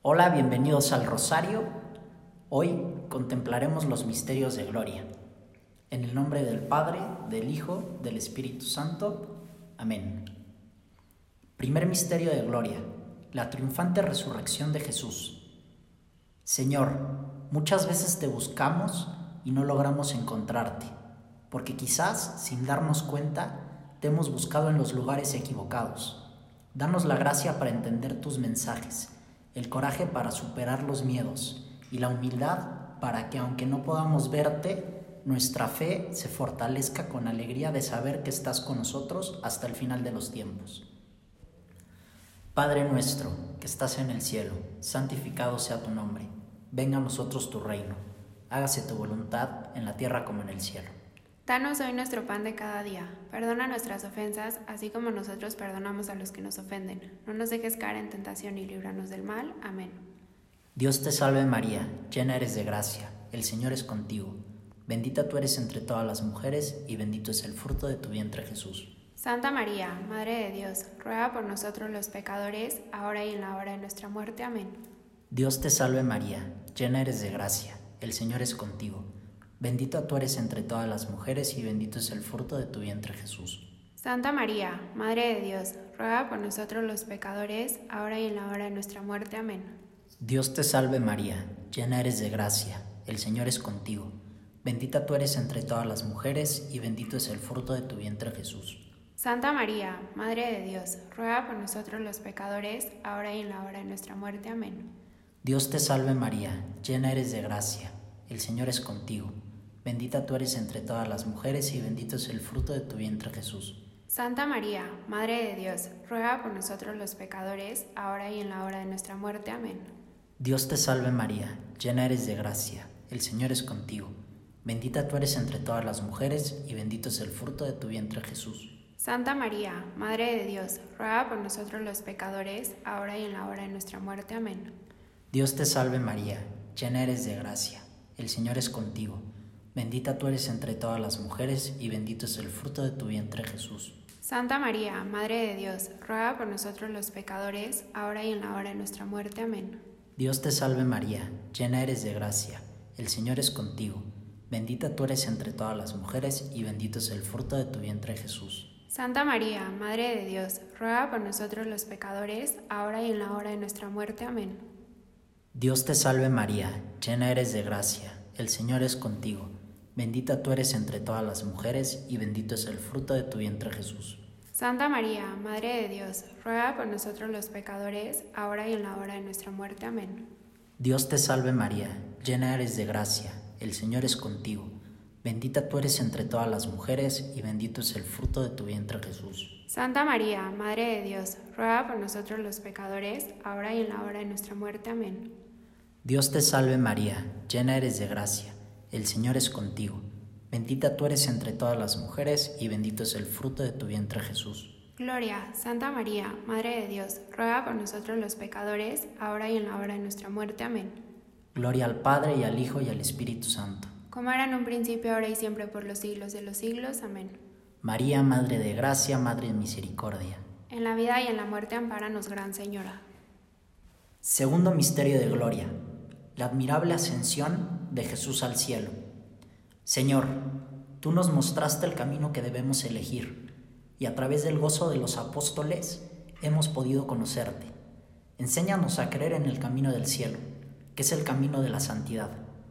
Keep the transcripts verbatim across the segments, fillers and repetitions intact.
Hola, bienvenidos al Rosario. Hoy contemplaremos los misterios de gloria. En el nombre del Padre, del Hijo, del Espíritu Santo. Amén. Primer misterio de gloria, la triunfante resurrección de Jesús. Señor, muchas veces te buscamos y no logramos encontrarte, porque quizás, sin darnos cuenta, te hemos buscado en los lugares equivocados. Danos la gracia para entender tus mensajes, el coraje para superar los miedos y la humildad para que, aunque no podamos verte, nuestra fe se fortalezca con alegría de saber que estás con nosotros hasta el final de los tiempos. Padre nuestro, que estás en el cielo, santificado sea tu nombre. Venga a nosotros tu reino. Hágase tu voluntad en la tierra como en el cielo. Danos hoy nuestro pan de cada día. Perdona nuestras ofensas, así como nosotros perdonamos a los que nos ofenden. No nos dejes caer en tentación y líbranos del mal. Amén. Dios te salve María, llena eres de gracia, el Señor es contigo. Bendita tú eres entre todas las mujeres y bendito es el fruto de tu vientre Jesús. Santa María, Madre de Dios, ruega por nosotros los pecadores, ahora y en la hora de nuestra muerte. Amén. Dios te salve María, llena eres de gracia, el Señor es contigo. Bendita tú eres entre todas las mujeres y bendito es el fruto de tu vientre Jesús. Santa María, Madre de Dios, ruega por nosotros los pecadores, ahora y en la hora de nuestra muerte. Amén. Dios te salve María, llena eres de gracia, el Señor es contigo. Bendita tú eres entre todas las mujeres y bendito es el fruto de tu vientre Jesús. Santa María, Madre de Dios, ruega por nosotros los pecadores, ahora y en la hora de nuestra muerte. Amén. Dios te salve María, llena eres de gracia, el Señor es contigo. Bendita tú eres entre todas las mujeres y bendito es el fruto de tu vientre Jesús. Santa María, Madre de Dios, ruega por nosotros los pecadores, ahora y en la hora de nuestra muerte. Amén. Dios te salve María, llena eres de gracia, el Señor es contigo. Bendita tú eres entre todas las mujeres y bendito es el fruto de tu vientre Jesús. Santa María, Madre de Dios, ruega por nosotros los pecadores, ahora y en la hora de nuestra muerte. Amén. Dios te salve María, llena eres de gracia, el Señor es contigo. Bendita tú eres entre todas las mujeres y bendito es el fruto de tu vientre Jesús. Santa María, Madre de Dios, ruega por nosotros los pecadores, ahora y en la hora de nuestra muerte. Amén. Dios te salve María, llena eres de gracia, el Señor es contigo. Bendita tú eres entre todas las mujeres y bendito es el fruto de tu vientre Jesús. Santa María, Madre de Dios, ruega por nosotros los pecadores, ahora y en la hora de nuestra muerte. Amén. Dios te salve María, llena eres de gracia, el Señor es contigo. Bendita tú eres entre todas las mujeres y bendito es el fruto de tu vientre Jesús. Santa María, Madre de Dios, ruega por nosotros los pecadores, ahora y en la hora de nuestra muerte. Amén. Dios te salve María, llena eres de gracia, el Señor es contigo. Bendita tú eres entre todas las mujeres y bendito es el fruto de tu vientre Jesús. Santa María, Madre de Dios, ruega por nosotros los pecadores, ahora y en la hora de nuestra muerte. Amén. Dios te salve María, llena eres de gracia, el Señor es contigo. Bendita tú eres entre todas las mujeres y bendito es el fruto de tu vientre Jesús. Gloria, Santa María, Madre de Dios, ruega por nosotros los pecadores, ahora y en la hora de nuestra muerte. Amén. Gloria al Padre y al Hijo y al Espíritu Santo. Como era en un principio, ahora y siempre, por los siglos de los siglos. Amén. María, Madre de Gracia, Madre de Misericordia. En la vida y en la muerte, ampáranos, Gran Señora. Segundo misterio de gloria, la admirable ascensión de Jesús al cielo. Señor, tú nos mostraste el camino que debemos elegir y a través del gozo de los apóstoles hemos podido conocerte. Enséñanos a creer en el camino del cielo, que es el camino de la santidad.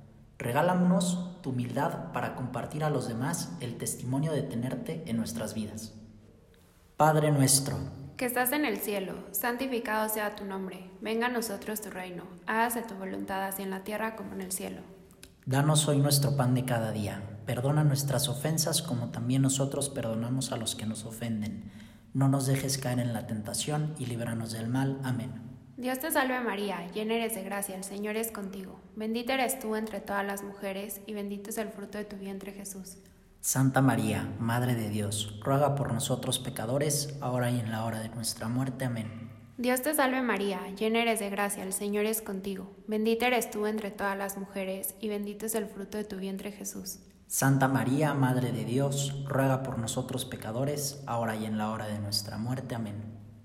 Regálanos tu humildad para compartir a los demás el testimonio de tenerte en nuestras vidas. Padre nuestro, que estás en el cielo, santificado sea tu nombre. Venga a nosotros tu reino. Hágase tu voluntad así en la tierra como en el cielo. Danos hoy nuestro pan de cada día. Perdona nuestras ofensas como también nosotros perdonamos a los que nos ofenden. No nos dejes caer en la tentación y líbranos del mal. Amén. Dios te salve María, llena eres de gracia, el Señor es contigo. Bendita eres tú entre todas las mujeres y bendito es el fruto de tu vientre Jesús. Santa María, Madre de Dios, ruega por nosotros pecadores, ahora y en la hora de nuestra muerte. Amén. Dios te salve María, llena eres de gracia, el Señor es contigo. Bendita eres tú entre todas las mujeres y bendito es el fruto de tu vientre Jesús. Santa María, Madre de Dios, ruega por nosotros pecadores, ahora y en la hora de nuestra muerte. Amén.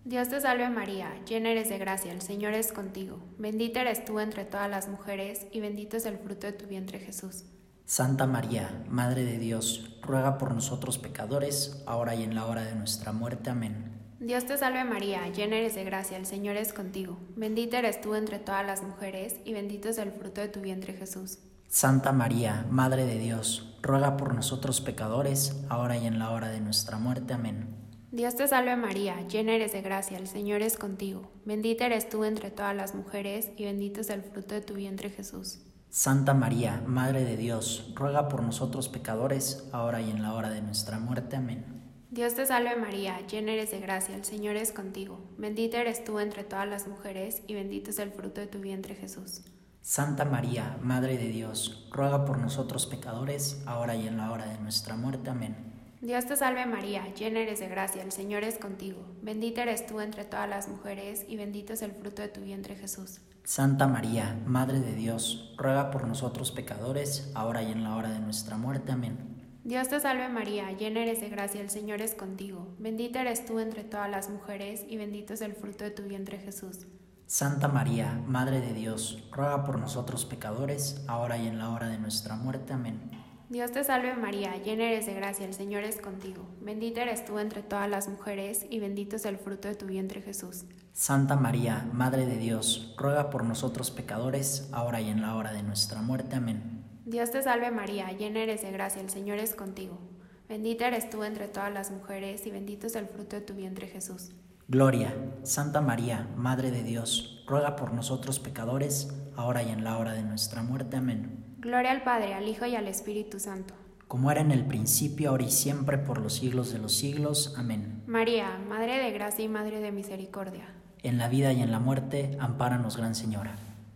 Dios te salve María, llena eres de gracia, el Señor es contigo. Bendita eres tú entre todas las mujeres, y bendito es el fruto de tu vientre Jesús. Santa María, Madre de Dios, ruega por nosotros pecadores, ahora y en la hora de nuestra muerte. Amén. Dios te salve María, llena eres de gracia, el Señor es contigo. Bendita eres tú entre todas las mujeres, y bendito es el fruto de tu vientre Jesús. Santa María, Madre de Dios, ruega por nosotros pecadores, ahora y en la hora de nuestra muerte. Amén. Dios te salve María, llena eres de gracia, el Señor es contigo. Bendita eres tú entre todas las mujeres, y bendito es el fruto de tu vientre Jesús. Santa María, Madre de Dios, ruega por nosotros pecadores, ahora y en la hora de nuestra muerte. Amén. Dios te salve María, llena eres de gracia, el Señor es contigo. Bendita eres tú entre todas las mujeres, y bendito es el fruto de tu vientre Jesús. Santa María, Madre de Dios, ruega por nosotros pecadores, ahora y en la hora de nuestra muerte. Amén. Dios te salve María, llena eres de gracia, el Señor es contigo. Bendita eres tú entre todas las mujeres, y bendito es el fruto de tu vientre Jesús. Santa María, Madre de Dios, ruega por nosotros pecadores, ahora y en la hora de nuestra muerte. Amén. Dios te salve María, llena eres de gracia, el Señor es contigo. Bendita eres tú entre todas las mujeres, y bendito es el fruto de tu vientre Jesús. Santa María, Madre de Dios, ruega por nosotros pecadores, ahora y en la hora de nuestra muerte. Amén. Dios te salve María, llena eres de gracia, el Señor es contigo. Bendita eres tú entre todas las mujeres, y bendito es el fruto de tu vientre Jesús. Santa María, Madre de Dios, ruega por nosotros pecadores, ahora y en la hora de nuestra muerte. Amén. Dios te salve María, llena eres de gracia, el Señor es contigo. Bendita eres tú entre todas las mujeres, y bendito es el fruto de tu vientre Jesús. Gloria. Santa María, Madre de Dios, ruega por nosotros pecadores, ahora y en la hora de nuestra muerte. Amén. Gloria al Padre, al Hijo y al Espíritu Santo. Como era en el principio, ahora y siempre, por los siglos de los siglos. Amén. María, Madre de gracia y Madre de misericordia. En la vida y en la muerte, ampáranos, Gran Señora.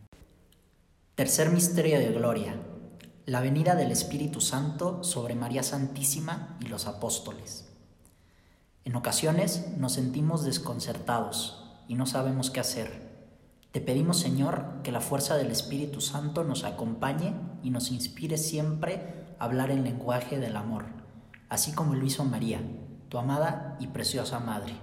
Tercer misterio de gloria. La venida del Espíritu Santo sobre María Santísima y los apóstoles. En ocasiones nos sentimos desconcertados y no sabemos qué hacer. Te pedimos, Señor, que la fuerza del Espíritu Santo nos acompañe y nos inspire siempre a hablar el lenguaje del amor, así como lo hizo María, tu amada y preciosa Madre.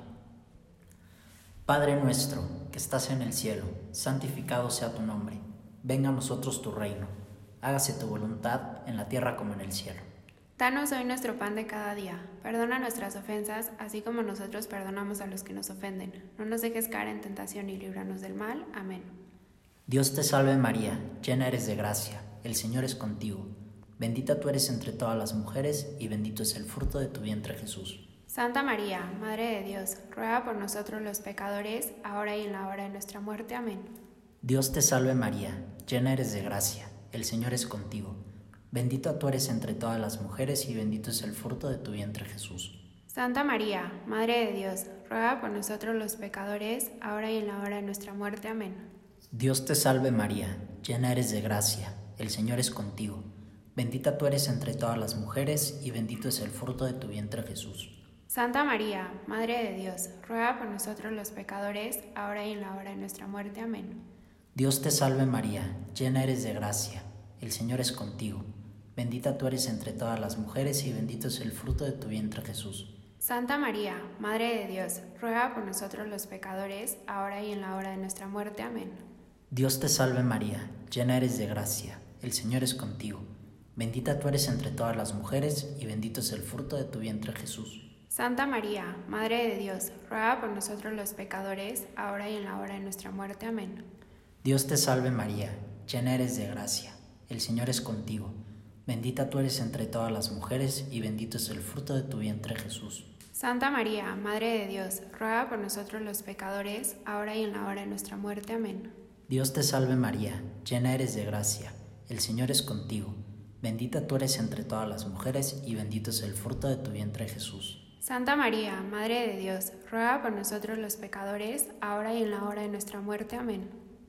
Padre nuestro, que estás en el cielo, santificado sea tu nombre. Venga a nosotros tu reino. Hágase tu voluntad en la tierra como en el cielo. Danos hoy nuestro pan de cada día. Perdona nuestras ofensas, así como nosotros perdonamos a los que nos ofenden. No nos dejes caer en tentación y líbranos del mal. Amén. Dios te salve María, llena eres de gracia, el Señor es contigo. Bendita tú eres entre todas las mujeres, y bendito es el fruto de tu vientre Jesús. Santa María, Madre de Dios, ruega por nosotros los pecadores, ahora y en la hora de nuestra muerte. Amén. Dios te salve María, llena eres de gracia, el Señor es contigo. Bendita tú eres entre todas las mujeres, y bendito es el fruto de tu vientre Jesús. Santa María, Madre de Dios, ruega por nosotros los pecadores, ahora y en la hora de nuestra muerte. Amén. Dios te salve María, llena eres de gracia, el Señor es contigo. Bendita tú eres entre todas las mujeres, y bendito es el fruto de tu vientre Jesús. Santa María, Madre de Dios, ruega por nosotros los pecadores, ahora y en la hora de nuestra muerte. Amén. Dios te salve María, llena eres de gracia, el Señor es contigo. Bendita tú eres entre todas las mujeres, y bendito es el fruto de tu vientre Jesús. Santa María, Madre de Dios, ruega por nosotros los pecadores, ahora y en la hora de nuestra muerte. Amén. Dios te salve María, llena eres de gracia, el Señor es contigo. Bendita tú eres entre todas las mujeres, y bendito es el fruto de tu vientre Jesús. Santa María, Madre de Dios, ruega por nosotros los pecadores, ahora y en la hora de nuestra muerte. Amén. Dios te salve María, llena eres de gracia, el Señor es contigo. Bendita tú eres entre todas las mujeres, y bendito es el fruto de tu vientre Jesús. Santa María, Madre de Dios, ruega por nosotros los pecadores, ahora y en la hora de nuestra muerte. Amén. Dios te salve María, llena eres de gracia, el Señor es contigo. Bendita tú eres entre todas las mujeres, y bendito es el fruto de tu vientre Jesús. Santa María, Madre de Dios, ruega por nosotros los pecadores, ahora y en la hora de nuestra muerte. Amén.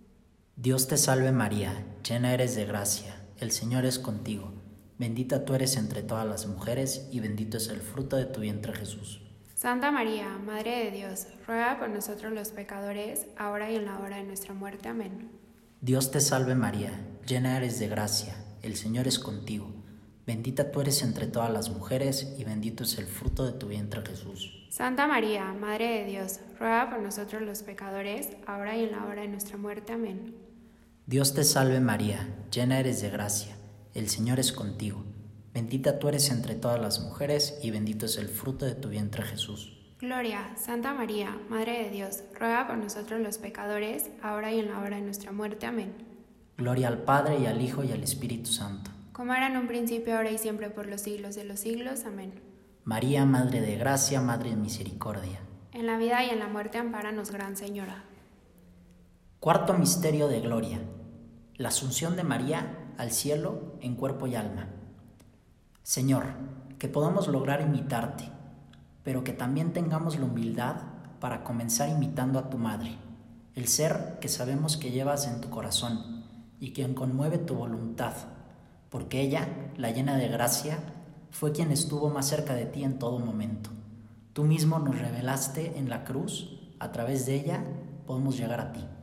Dios te salve María, llena eres de gracia, el Señor es contigo. Bendita tú eres entre todas las mujeres, y bendito es el fruto de tu vientre Jesús. Santa María, Madre de Dios, ruega por nosotros los pecadores, ahora y en la hora de nuestra muerte. Amén. Dios te salve María, llena eres de gracia, el Señor es contigo. Bendita tú eres entre todas las mujeres, y bendito es el fruto de tu vientre, Jesús. Santa María, Madre de Dios, ruega por nosotros los pecadores, ahora y en la hora de nuestra muerte. Amén. Dios te salve María, llena eres de gracia, el Señor es contigo. Bendita tú eres entre todas las mujeres, y bendito es el fruto de tu vientre, Jesús. Gloria, Santa María, Madre de Dios, ruega por nosotros los pecadores, ahora y en la hora de nuestra muerte. Amén. Gloria al Padre, y al Hijo, y al Espíritu Santo. Como era en un principio, ahora y siempre, por los siglos de los siglos. Amén. María, Madre de gracia, Madre de misericordia. En la vida y en la muerte, ampáranos, Gran Señora. Cuarto misterio de gloria: la asunción de María al cielo en cuerpo y alma. Señor, que podamos lograr imitarte, pero que también tengamos la humildad para comenzar imitando a tu Madre, el ser que sabemos que llevas en tu corazón y quien conmueve tu voluntad, porque ella, la llena de gracia, fue quien estuvo más cerca de ti en todo momento. Tú mismo nos revelaste en la cruz, a través de ella podemos llegar a ti.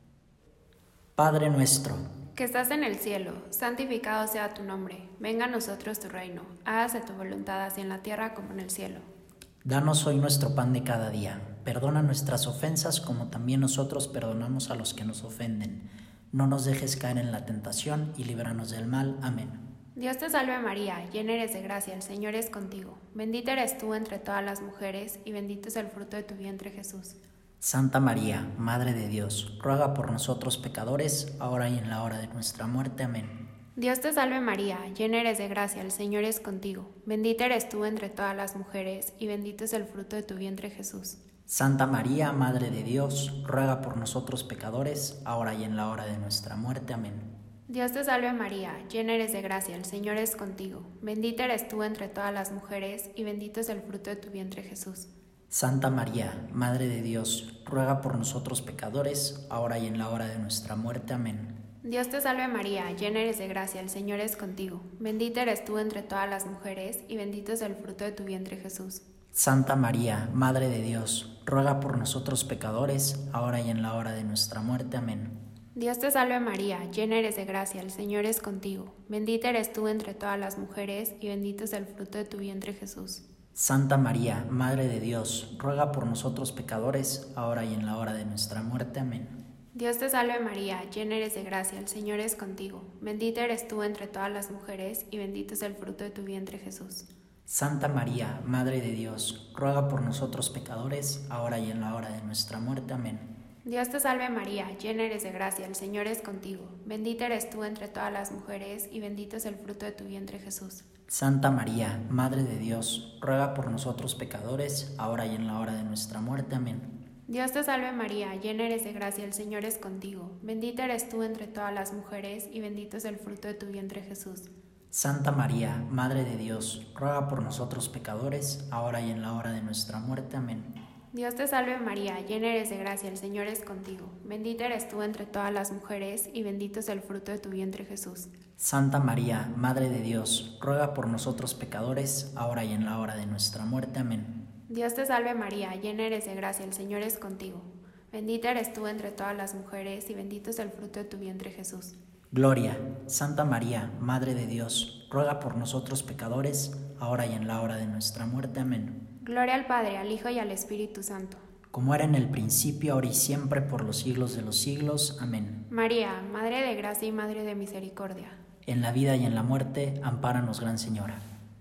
Padre nuestro, que estás en el cielo, santificado sea tu nombre. Venga a nosotros tu reino. Hágase tu voluntad así en la tierra como en el cielo. Danos hoy nuestro pan de cada día. Perdona nuestras ofensas como también nosotros perdonamos a los que nos ofenden. No nos dejes caer en la tentación y líbranos del mal. Amén. Dios te salve María, llena eres de gracia, el Señor es contigo. Bendita eres tú entre todas las mujeres, y bendito es el fruto de tu vientre, Jesús. Santa María, Madre de Dios, ruega por nosotros pecadores, ahora y en la hora de nuestra muerte. Amén. Dios te salve María, llena eres de gracia, el Señor es contigo. Bendita eres tú entre todas las mujeres, y bendito es el fruto de tu vientre, Jesús. Santa María, Madre de Dios, ruega por nosotros pecadores, ahora y en la hora de nuestra muerte. Amén. Dios te salve María, llena eres de gracia, el Señor es contigo. Bendita eres tú entre todas las mujeres, y bendito es el fruto de tu vientre, Jesús. Santa María, Madre de Dios, ruega por nosotros pecadores, ahora y en la hora de nuestra muerte. Amén. Dios te salve María, llena eres de gracia, el Señor es contigo. Bendita eres tú entre todas las mujeres, y bendito es el fruto de tu vientre, Jesús. Santa María, Madre de Dios, ruega por nosotros pecadores, ahora y en la hora de nuestra muerte. Amén. Dios te salve María, llena eres de gracia, el Señor es contigo. Bendita eres tú entre todas las mujeres, y bendito es el fruto de tu vientre, Jesús. Santa María, Madre de Dios, ruega por nosotros pecadores, ahora y en la hora de nuestra muerte. Amén. Dios te salve María, llena eres de gracia, el Señor es contigo. Bendita eres tú entre todas las mujeres, y bendito es el fruto de tu vientre, Jesús. Santa María, Madre de Dios, ruega por nosotros pecadores, ahora y en la hora de nuestra muerte. Amén. Dios te salve María, llena eres de gracia, el Señor es contigo. Bendita eres tú entre todas las mujeres, y bendito es el fruto de tu vientre, Jesús. Santa María, Madre de Dios, ruega por nosotros pecadores, ahora y en la hora de nuestra muerte. Amén. Dios te salve María, llena eres de gracia, el Señor es contigo. Bendita eres tú entre todas las mujeres, y bendito es el fruto de tu vientre, Jesús. Santa María, Madre de Dios, ruega por nosotros pecadores, ahora y en la hora de nuestra muerte. Amén. Dios te salve María, llena eres de gracia, el Señor es contigo. Bendita eres tú entre todas las mujeres, y bendito es el fruto de tu vientre, Jesús. Santa María, Madre de Dios, ruega por nosotros pecadores, ahora y en la hora de nuestra muerte. Amén. Dios te salve María, llena eres de gracia, el Señor es contigo. Bendita eres tú entre todas las mujeres, y bendito es el fruto de tu vientre, Jesús. Gloria, Santa María, Madre de Dios, ruega por nosotros pecadores, ahora y en la hora de nuestra muerte. Amén. Gloria al Padre, al Hijo y al Espíritu Santo. Como era en el principio, ahora y siempre, por los siglos de los siglos. Amén. María, Madre de gracia y Madre de misericordia. En la vida y en la muerte, ampáranos, Gran Señora.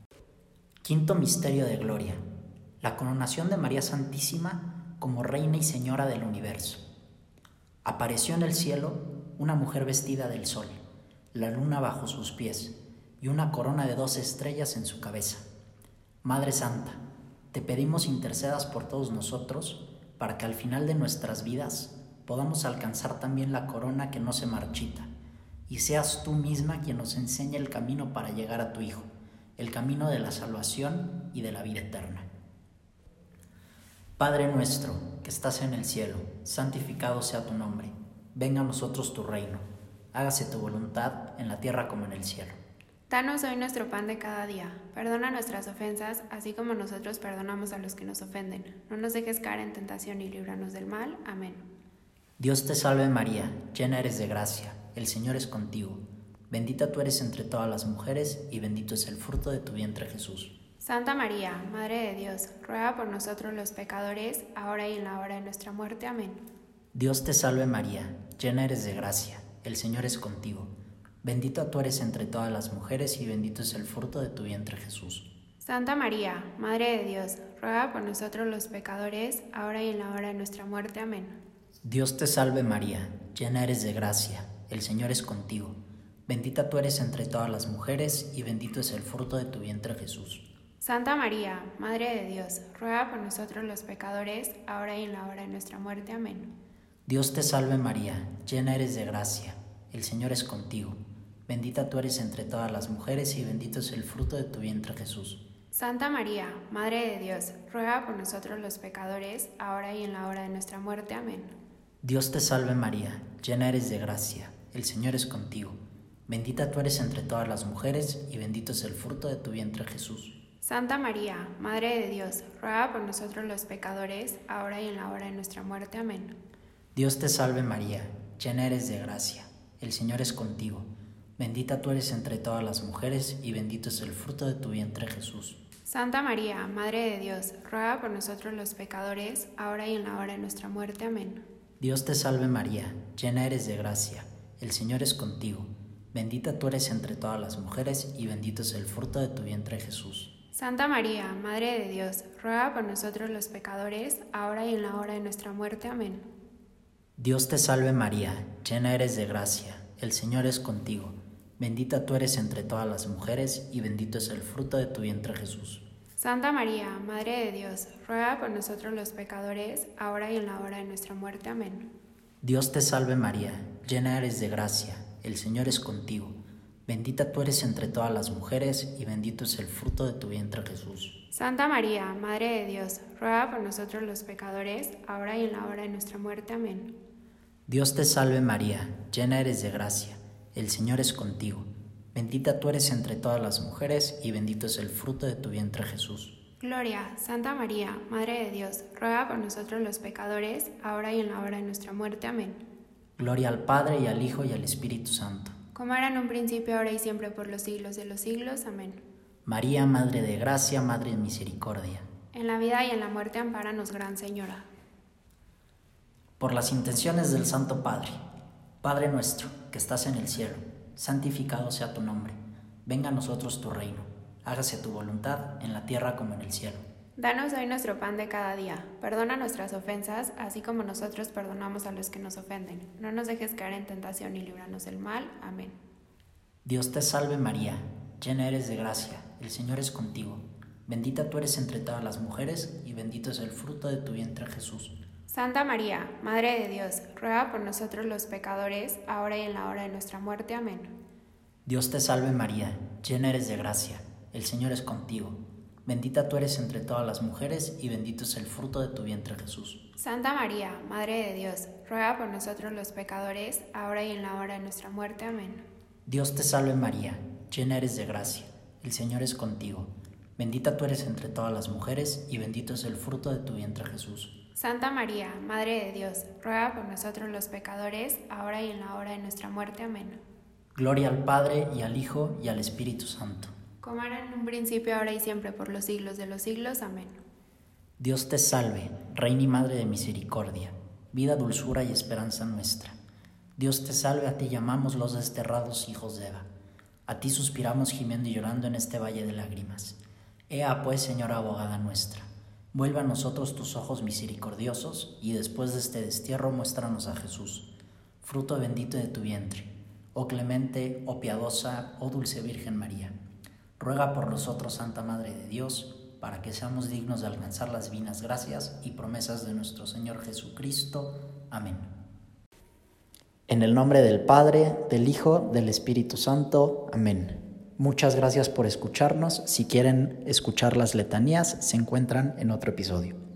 Quinto misterio de gloria: la coronación de María Santísima como Reina y Señora del universo. Apareció en el cielo una mujer vestida del sol, la luna bajo sus pies y una corona de dos estrellas en su cabeza. Madre Santa, te pedimos intercedas por todos nosotros, para que al final de nuestras vidas podamos alcanzar también la corona que no se marchita, y seas tú misma quien nos enseñe el camino para llegar a tu Hijo, el camino de la salvación y de la vida eterna. Padre nuestro, que estás en el cielo, santificado sea tu nombre. Venga a nosotros tu reino. Hágase tu voluntad en la tierra como en el cielo. Danos hoy nuestro pan de cada día. Perdona nuestras ofensas, así como nosotros perdonamos a los que nos ofenden. No nos dejes caer en tentación y líbranos del mal. Amén. Dios te salve María, llena eres de gracia. El Señor es contigo. Bendita tú eres entre todas las mujeres, y bendito es el fruto de tu vientre, Jesús. Santa María, Madre de Dios, ruega por nosotros los pecadores, ahora y en la hora de nuestra muerte. Amén. Dios te salve María, llena eres de gracia, el Señor es contigo. Bendita tú eres entre todas las mujeres, y bendito es el fruto de tu vientre, Jesús. Santa María, Madre de Dios, ruega por nosotros los pecadores, ahora y en la hora de nuestra muerte. Amén. Dios te salve María, llena eres de gracia, el Señor es contigo. Bendita tú eres entre todas las mujeres, y bendito es el fruto de tu vientre, Jesús. Santa María, Madre de Dios, ruega por nosotros los pecadores, ahora y en la hora de nuestra muerte. Amén. Dios te salve María, llena eres de gracia, el Señor es contigo. Bendita tú eres entre todas las mujeres, y bendito es el fruto de tu vientre, Jesús. Santa María, Madre de Dios, ruega por nosotros los pecadores, ahora y en la hora de nuestra muerte. Amén. Dios te salve María, llena eres de gracia, el Señor es contigo. Bendita tú eres entre todas las mujeres, y bendito es el fruto de tu vientre, Jesús. Santa María, Madre de Dios, ruega por nosotros los pecadores, ahora y en la hora de nuestra muerte. Amén. Dios te salve María, llena eres de gracia, el Señor es contigo. Bendita tú eres entre todas las mujeres, y bendito es el fruto de tu vientre, Jesús. Santa María, Madre de Dios, ruega por nosotros los pecadores, ahora y en la hora de nuestra muerte. Amén. Dios te salve María, llena eres de gracia, el Señor es contigo. Bendita tú eres entre todas las mujeres, y bendito es el fruto de tu vientre, Jesús. Santa María, Madre de Dios, ruega por nosotros los pecadores, ahora y en la hora de nuestra muerte. Amén. Dios te salve María, llena eres de gracia, el Señor es contigo. Bendita tú eres entre todas las mujeres, y bendito es el fruto de tu vientre, Jesús. Santa María, Madre de Dios, ruega por nosotros los pecadores, ahora y en la hora de nuestra muerte. Amén. Dios te salve María, llena eres de gracia, el Señor es contigo. Bendita tú eres entre todas las mujeres, y bendito es el fruto de tu vientre, Jesús. Santa María, Madre de Dios, ruega por nosotros los pecadores, ahora y en la hora de nuestra muerte. Amén. Dios te salve María, llena eres de gracia, el Señor es contigo. Bendita tú eres entre todas las mujeres, y bendito es el fruto de tu vientre, Jesús. Gloria, Santa María, Madre de Dios, ruega por nosotros los pecadores, ahora y en la hora de nuestra muerte. Amén. Gloria al Padre, y al Hijo, y al Espíritu Santo. Como era en un principio, ahora y siempre, por los siglos de los siglos. Amén. María, Madre de gracia, Madre de misericordia. En la vida y en la muerte, ampáranos, Gran Señora. Por las intenciones del Santo Padre. Padre nuestro, que estás en el cielo, santificado sea tu nombre. Venga a nosotros tu reino. Hágase tu voluntad, en la tierra como en el cielo. Danos hoy nuestro pan de cada día. Perdona nuestras ofensas, así como nosotros perdonamos a los que nos ofenden. No nos dejes caer en tentación y líbranos del mal. Amén. Dios te salve María, llena eres de gracia, el Señor es contigo. Bendita tú eres entre todas las mujeres, y bendito es el fruto de tu vientre, Jesús. Santa María, Madre de Dios, ruega por nosotros los pecadores, ahora y en la hora de nuestra muerte. Amén. Dios te salve María, llena eres de gracia, el Señor es contigo. Bendita tú eres entre todas las mujeres, y bendito es el fruto de tu vientre, Jesús. Santa María, Madre de Dios, ruega por nosotros los pecadores, ahora y en la hora de nuestra muerte. Amén. Dios te salve María, llena eres de gracia, el Señor es contigo. Bendita tú eres entre todas las mujeres, y bendito es el fruto de tu vientre, Jesús. Santa María, Madre de Dios, ruega por nosotros los pecadores, ahora y en la hora de nuestra muerte. Amén. Gloria al Padre, y al Hijo, y al Espíritu Santo. Como era en un principio, ahora y siempre, por los siglos de los siglos. Amén. Dios te salve, Reina y Madre de misericordia, vida, dulzura y esperanza nuestra. Dios te salve, a ti llamamos los desterrados hijos de Eva. A ti suspiramos gimiendo y llorando en este valle de lágrimas. Ea pues, Señora abogada nuestra, vuelve a nosotros tus ojos misericordiosos, y después de este destierro muéstranos a Jesús, fruto bendito de tu vientre. Oh clemente, oh piadosa, oh dulce Virgen María, ruega por nosotros, Santa Madre de Dios, para que seamos dignos de alcanzar las divinas gracias y promesas de nuestro Señor Jesucristo. Amén. En el nombre del Padre, del Hijo, del Espíritu Santo. Amén. Muchas gracias por escucharnos. Si quieren escuchar las letanías, se encuentran en otro episodio.